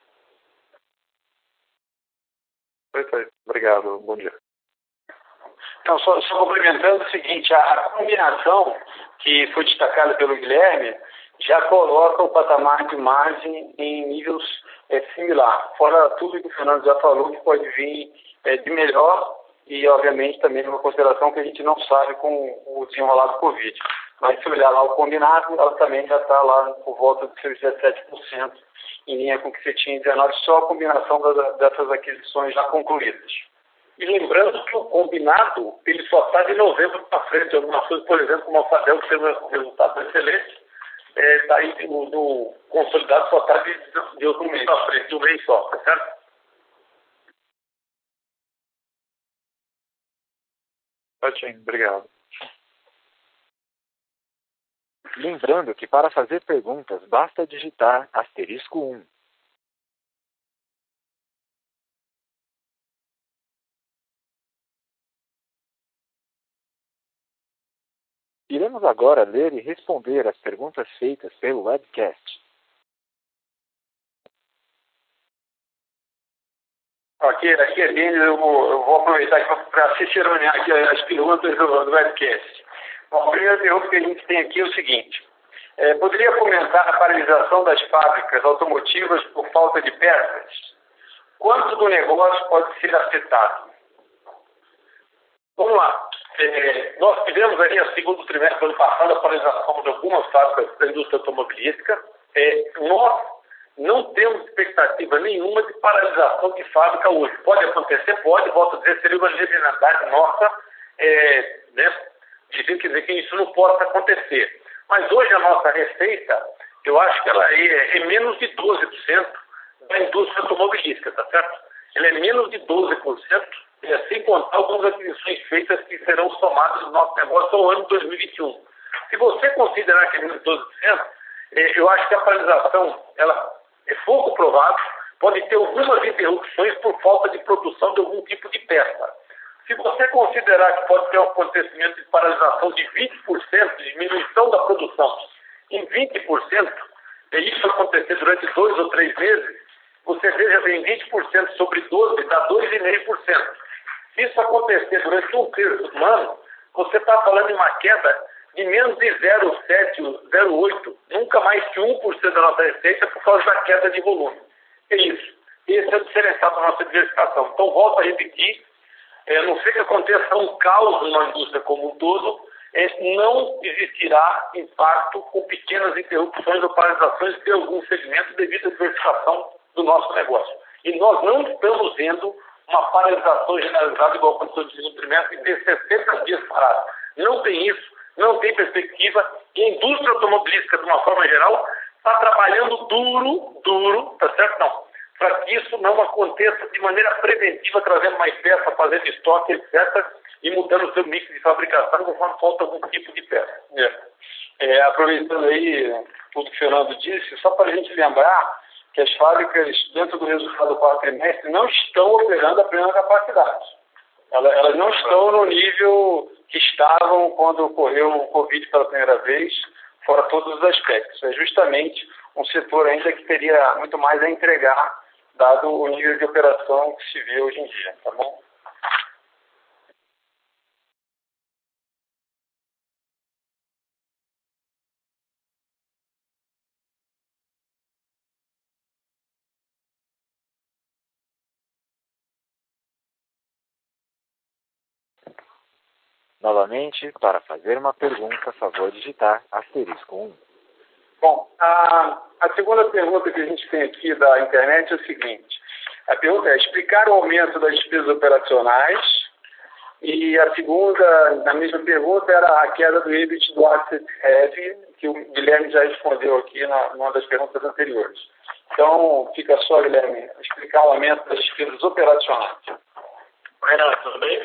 Perfeito. Obrigado. Bom dia. Então, só, só complementando o seguinte, a, a combinação que foi destacada pelo Guilherme já coloca o patamar de margem em níveis é, similar, fora tudo que o Fernando já falou, que pode vir é, de melhor e, obviamente, também uma consideração que a gente não sabe com o desenrolar do Covid. Mas se olhar lá o combinado, ela também já está lá por volta de seus dezessete por cento, em linha com o que você tinha em dezenove, só a combinação da, dessas aquisições já concluídas. E lembrando que o combinado, ele só está de novembro para frente. Algumas coisas, por exemplo, como a Fadel, que teve um resultado excelente, está é, tá aí no, no consolidado, só está de, de outro mês para frente, de um mês só, tá certo? Certinho, obrigado. Lembrando que para fazer perguntas basta digitar asterisco um. Iremos agora ler e responder as perguntas feitas pelo webcast. Ok, aqui é Denis, eu vou, eu vou aproveitar para ciceronear aqui as perguntas do, do webcast. Bom, a primeira pergunta que a gente tem aqui é o seguinte. É, poderia comentar a paralisação das fábricas automotivas por falta de peças? Quanto do negócio pode ser afetado? Vamos lá. É, nós tivemos aí, no segundo trimestre do ano passado, a paralisação de algumas fábricas da indústria automobilística. É, nós não temos expectativa nenhuma de paralisação de fábrica hoje. Pode acontecer? Pode. Volto a dizer, seria uma legitimidade nossa, é, né, de dizer que isso não possa acontecer. Mas hoje a nossa receita, eu acho que ela é, é menos de doze por cento da indústria automobilística, tá certo? Ela é menos de doze por cento, é, sem contar algumas aquisições feitas que serão somadas no nosso negócio ao ano de dois mil e vinte e um. Se você considerar que é menos de doze por cento, é, eu acho que a paralisação, ela é pouco provável, pode ter algumas interrupções por falta de produção de algum tipo de peça. Se você considerar que pode ter um acontecimento de paralisação de vinte por cento, de diminuição da produção em vinte por cento, e isso acontecer durante dois ou três meses, você veja bem, vinte por cento sobre doze dá dois vírgula cinco por cento. Se isso acontecer durante um terço do ano, você está falando em uma queda de menos de zero vírgula sete, zero vírgula oito, nunca mais que um por cento da nossa receita por causa da queda de volume. É isso. Esse é o diferencial da nossa diversificação. Então, volto a repetir, é, a não ser que aconteça um caos numa indústria como um todo, é, não existirá impacto com pequenas interrupções ou paralisações de algum segmento devido à diversificação do nosso negócio. E nós não estamos vendo uma paralisação generalizada igual aconteceu no segundo trimestre e ter sessenta dias parado. Não tem isso, não tem perspectiva. E a indústria automobilística, de uma forma geral, está trabalhando duro, duro, tá certo? Não. Para que isso não aconteça de maneira preventiva, trazendo mais peça, fazendo estoque, etcétera, e mudando o seu mix de fabricação conforme falta algum tipo de peça. É. É, aproveitando aí tudo que o Fernando disse, só para a gente lembrar que as fábricas, dentro do resultado do quarto trimestre, não estão operando a plena capacidade. Elas, elas não estão no nível que estavam quando ocorreu o Covid pela primeira vez, fora todos os aspectos. É justamente um setor ainda que teria muito mais a entregar, dado o nível de operação que se vê hoje em dia, tá bom? Novamente, para fazer uma pergunta, favor digitar asterisco um. Bom, a, a segunda pergunta que a gente tem aqui da internet é o seguinte. A pergunta é explicar o aumento das despesas operacionais, e a segunda, na mesma pergunta, era a queda do E B I T do Asset Heavy, que o Guilherme já respondeu aqui na, numa das perguntas anteriores. Então, fica só, Guilherme, explicar o aumento das despesas operacionais. Renato, tudo bem?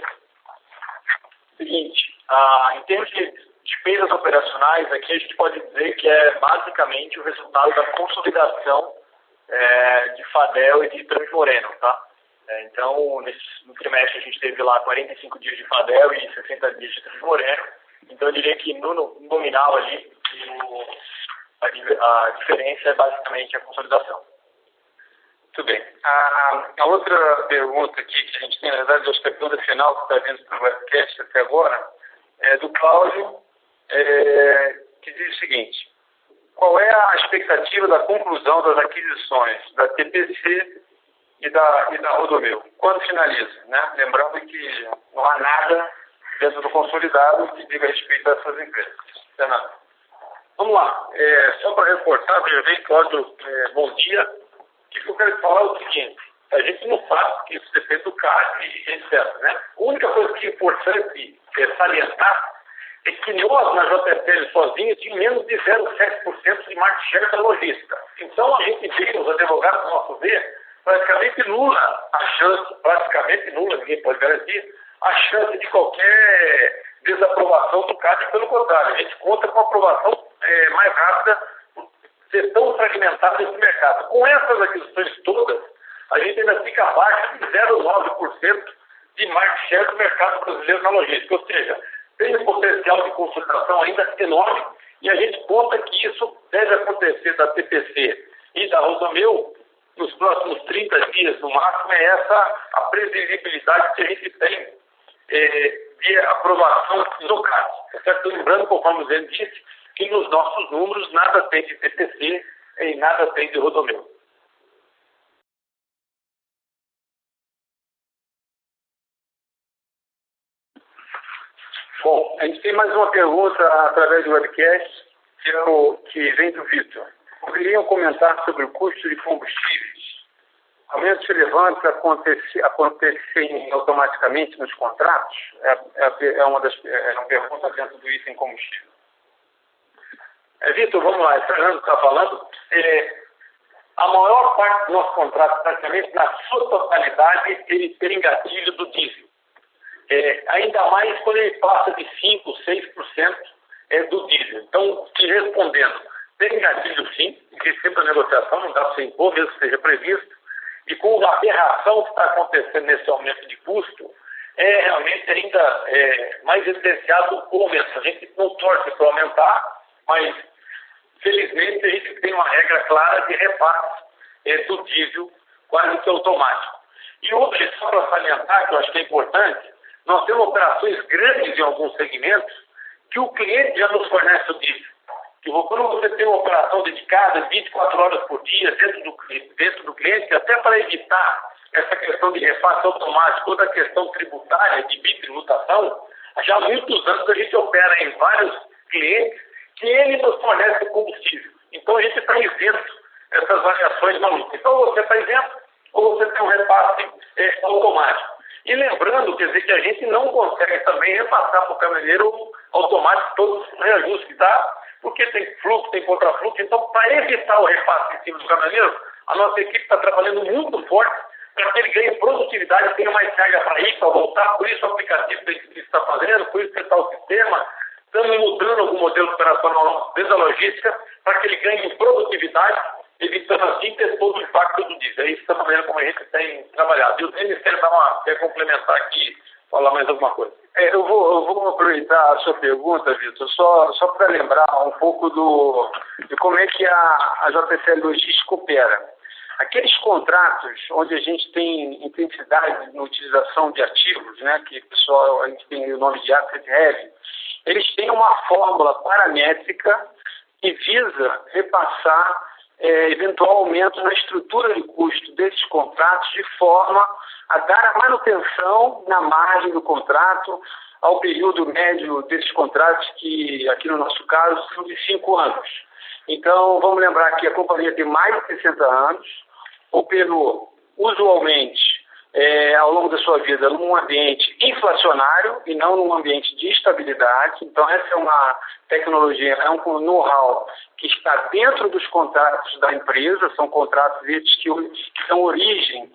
Seguinte, ah, em termos de despesas operacionais, aqui a gente pode dizer que é basicamente o resultado da consolidação é, de Fadel e de Transmoreno, tá? É, então, nesse, no trimestre a gente teve lá quarenta e cinco dias de Fadel e sessenta dias de Transmoreno. Então, eu diria que no, no nominal ali, o, a, a diferença é basicamente a consolidação. Muito bem. A, a outra pergunta aqui que a gente tem, na verdade, acho que a pergunta final que está vindo para o webcast até agora, é do Cláudio, é, que diz o seguinte: qual é a expectativa da conclusão das aquisições da T P C e da, e da Rodomeu? Quando finaliza? Né? Lembrando que não há nada dentro do consolidado que diga respeito a essas empresas. Fernando. Vamos lá. É, só para reforçar, veja bem, Cláudio, é, bom dia. O que eu quero falar é o seguinte: a gente não sabe que isso depende do C A D, etcétera. Né? A única coisa que é importante é salientar é que nós, na J S L sozinhos, tínhamos menos de zero vírgula sete por cento de market share da logística. Então, a gente vê, os advogados do nosso ver, praticamente nula a chance, praticamente nula, ninguém pode garantir, a chance de qualquer desaprovação do C A D. Pelo contrário, a gente conta com a aprovação é, mais rápida, ser tão fragmentado esse mercado. Com essas aquisições todas, a gente ainda fica abaixo de zero vírgula nove por cento de market share do mercado brasileiro na logística. Ou seja, tem um potencial de concentração ainda enorme e a gente conta que isso deve acontecer da T P C e da Rodomeu nos próximos trinta dias, no máximo. É essa a previsibilidade que a gente tem é, de aprovação no caso. Certo? Lembrando, conforme o Zé disse, que nos nossos números nada tem de T P C e nada tem de Rodomeu. Bom, a gente tem mais uma pergunta através do webcast, que, é o, que vem do Vitor. Poderiam comentar sobre o custo de combustíveis? Aumentos relevantes acontecem, acontecem automaticamente nos contratos? É, é, é, uma das, é uma pergunta dentro do item combustível. É, Vitor, vamos lá, o Fernando está falando. É, a maior parte do nosso contrato, praticamente na sua totalidade, ele tem gatilho do diesel. É, ainda mais quando ele passa de cinco por cento, seis por cento é, do diesel. Então, te respondendo, tem gatilho sim, existe sempre a negociação, não dá para você impor, mesmo que seja previsto, e com a aberração que está acontecendo nesse aumento de custo, é realmente ainda é, mais evidenciado o aumento. A gente não torce para aumentar, mas felizmente a gente tem uma regra clara de repasse é, do diesel quase que automático. E outra, só para salientar, que eu acho que é importante, nós temos operações grandes em alguns segmentos que o cliente já nos fornece o diesel. Que quando você tem uma operação dedicada vinte e quatro horas por dia dentro do, dentro do cliente, até para evitar essa questão de repasse automático, toda a questão tributária, de bitributação, já há muitos anos a gente opera em vários clientes que ele nos fornece combustível. Então a gente está isento dessas variações malucas. Então você está isento ou você tem um repasse é, automático. E lembrando, quer dizer, que a gente não consegue também repassar para o caminhoneiro automático todos os reajustes, tá? Porque tem fluxo, tem contrafluxo. Então, para evitar o repasse em cima do caminhoneiro, a nossa equipe está trabalhando muito forte para que ele ganhe produtividade, tenha mais carga para ir, para voltar. Por isso o aplicativo que está fazendo, por isso que está o sistema. Estamos mudando algum modelo operacional desde a logística para que ele ganhe produtividade, evitando assim ter todo o impacto do diesel. É isso também como a gente tem trabalhado. E o Denis quer, dar uma, quer complementar aqui, falar mais alguma coisa. É, eu, vou, eu vou aproveitar a sua pergunta, Vitor, só, só para lembrar um pouco do, de como é que a, a J C L Logística opera. Aqueles contratos onde a gente tem intensidade na utilização de ativos, né, que pessoal, a gente tem o nome de asset heavy, eles têm uma fórmula paramétrica que visa repassar É, eventual aumento na estrutura de custo desses contratos de forma a dar a manutenção na margem do contrato ao período médio desses contratos, que aqui no nosso caso são de cinco anos. Então, vamos lembrar que a companhia tem mais de sessenta anos, operou usualmente é, ao longo da sua vida num ambiente inflacionário e não num ambiente de estabilidade. Então, essa é uma tecnologia, é um know-how que está dentro dos contratos da empresa, são contratos esses que, que dão origem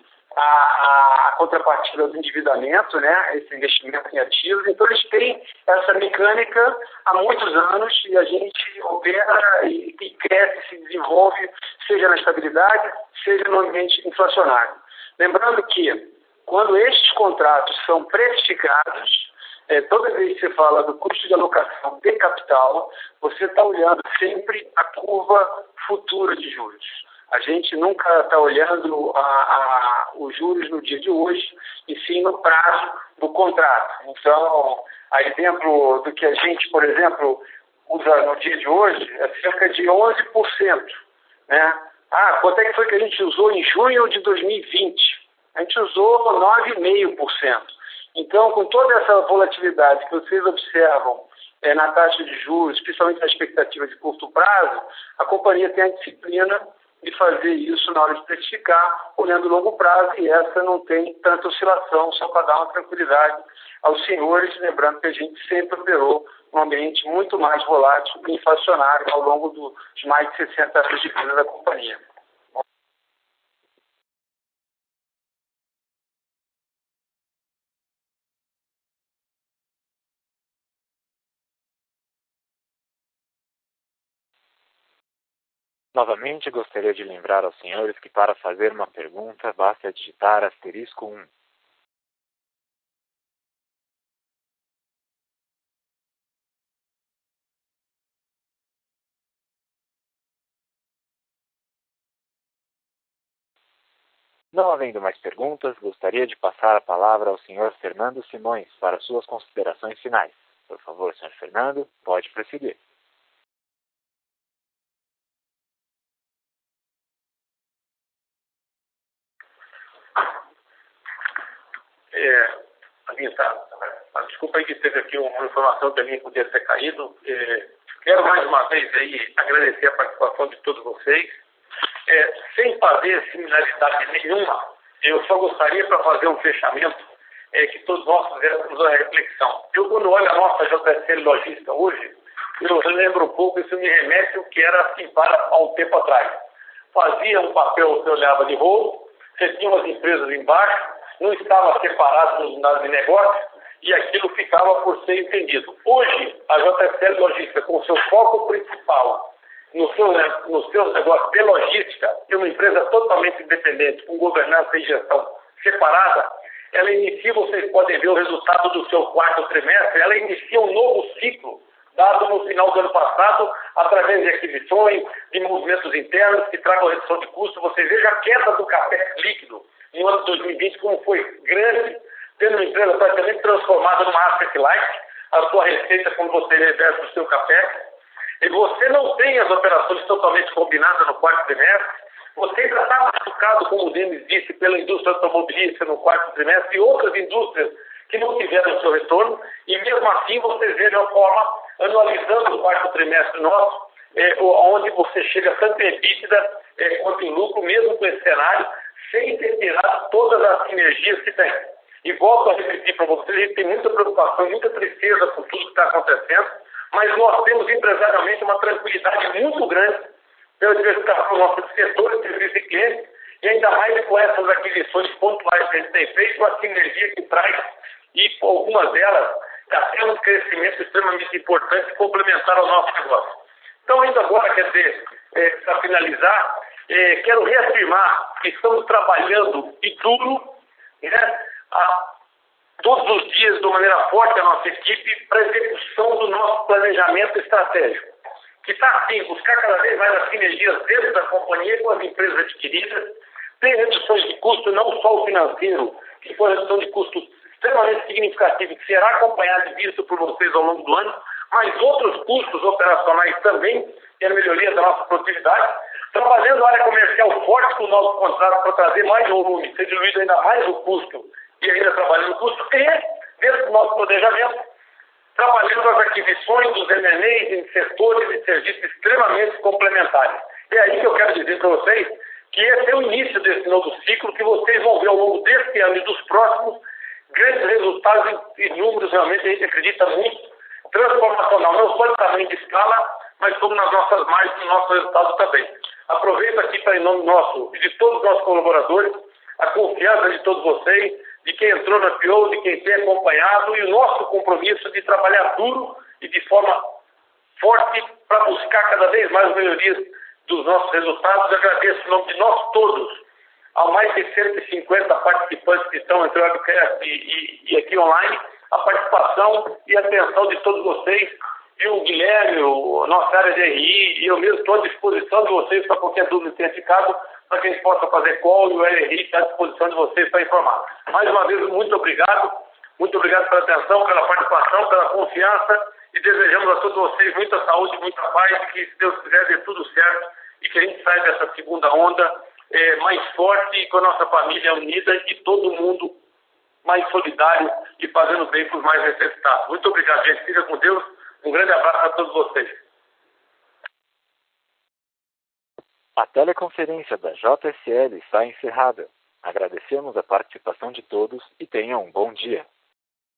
à, à contrapartida do endividamento, né, esse investimento em ativos. Então, eles têm essa mecânica há muitos anos e a gente opera e, e cresce, se desenvolve, seja na estabilidade, seja no ambiente inflacionário. Lembrando que, quando estes contratos são precificados, é, toda vez que você fala do custo de alocação de capital, você está olhando sempre a curva futura de juros. A gente nunca está olhando a, a, os juros no dia de hoje, e sim no prazo do contrato. Então, a exemplo do que a gente, por exemplo, usa no dia de hoje, é cerca de onze por cento. Né? Ah, quanto é que foi que a gente usou em junho de dois mil e vinte? A gente usou nove vírgula cinco por cento. Então, com toda essa volatilidade que vocês observam é, na taxa de juros, principalmente na expectativa de curto prazo, a companhia tem a disciplina de fazer isso na hora de precificar, olhando o longo prazo, e essa não tem tanta oscilação, só para dar uma tranquilidade aos senhores, lembrando que a gente sempre operou num ambiente muito mais volátil e inflacionário ao longo dos mais de sessenta anos de vida da companhia. Novamente, gostaria de lembrar aos senhores que para fazer uma pergunta, basta digitar asterisco um. Não havendo mais perguntas, gostaria de passar a palavra ao senhor Fernando Simões para suas considerações finais. Por favor, senhor Fernando, pode prosseguir. É, a minha, tá, a desculpa aí que teve aqui uma informação que a minha podia ter caído. É, quero mais uma vez aí agradecer a participação de todos vocês. É, sem fazer similaridade nenhuma, eu só gostaria para fazer um fechamento é, que todos nós fizéssemos uma reflexão. Eu, quando olho a nossa J S L Logística hoje, eu lembro um pouco, isso me remete ao que era assim para há um tempo atrás. Fazia um papel, você olhava de rolo, você tinha umas empresas embaixo, não estava separado de negócio e aquilo ficava por ser entendido. Hoje, a J S L Logística, com o seu foco principal no seu, no seu negócio de logística, é uma empresa totalmente independente, com governança e gestão separada, ela inicia, vocês podem ver o resultado do seu quarto trimestre, ela inicia um novo ciclo, dado no final do ano passado, através de aquisições, de movimentos internos que tragam redução de custo. Você veja a queda do CAPEX líquido no ano de dois mil e vinte, como foi grande, tendo uma empresa praticamente transformada numa asset light, a sua receita quando você reverte o seu CAPEX. E você não tem as operações totalmente combinadas no quarto trimestre, você ainda está machucado, como o Denis disse, pela indústria automobilística no quarto trimestre e outras indústrias que não tiveram o seu retorno, e mesmo assim você vê de uma forma, anualizando o quarto trimestre nosso, é, onde você chega tanto em EBITDA é, quanto em lucro, mesmo com esse cenário, sem ter tirado todas as sinergias que tem. E volto a repetir para vocês, a gente tem muita preocupação, muita tristeza por tudo que está acontecendo, mas nós temos empresarialmente uma tranquilidade muito grande pela diversificação do nosso setor de serviço e clientes, e ainda mais com essas aquisições pontuais que a gente tem feito, com a sinergia que traz, e algumas delas até um crescimento extremamente importante complementar ao nosso negócio. Então, ainda agora, quer dizer, é, para finalizar, é, quero reafirmar que estamos trabalhando e duro, né, a, todos os dias, de maneira forte, a nossa equipe para a execução do nosso planejamento estratégico, que está assim, buscar cada vez mais as sinergias dentro da companhia com as empresas adquiridas, tem reduções de custo, não só o financeiro, que foi uma redução de custo extremamente significativa, que será acompanhado e visto por vocês ao longo do ano, mas outros custos operacionais também, que é a melhoria da nossa produtividade, trabalhando a área comercial forte com o nosso contrato para trazer mais volume, ser diluído ainda mais o custo, e ainda trabalhando o custo, e, dentro do nosso planejamento, trabalhando as aquisições dos M and As em setores e serviços extremamente complementares. É aí que eu quero dizer para vocês que esse é o início desse novo ciclo, que vocês vão ver ao longo deste ano e dos próximos grandes resultados e números, realmente a gente acredita muito, transformacional, não só em tamanho de escala, mas como nas nossas margens e no nosso resultado também. Aproveito aqui para, em nome nosso e de todos os nossos colaboradores, a confiança de todos vocês, de quem entrou na P O, de quem tem acompanhado, e o nosso compromisso de trabalhar duro e de forma forte para buscar cada vez mais melhorias dos nossos resultados. Eu agradeço em nome de nós todos, a mais de cento e cinquenta participantes que estão entre o webcast e, e, e aqui online, a participação e a atenção de todos vocês, e o Guilherme, a nossa área de R I, e eu mesmo estou à disposição de vocês para qualquer dúvida que tenha ficado, para que a gente possa fazer call, e o R I está à disposição de vocês para informar. Mais uma vez, muito obrigado, muito obrigado pela atenção, pela participação, pela confiança, e desejamos a todos vocês muita saúde, muita paz, e que, se Deus quiser, dê tudo certo, e que a gente saia dessa segunda onda é, mais forte, e com a nossa família unida, e todo mundo mais solidário e fazendo bem para os mais necessitados. Muito obrigado, gente. Fica com Deus. Um grande abraço a todos vocês. A teleconferência da J S L está encerrada. Agradecemos a participação de todos e tenham um bom dia.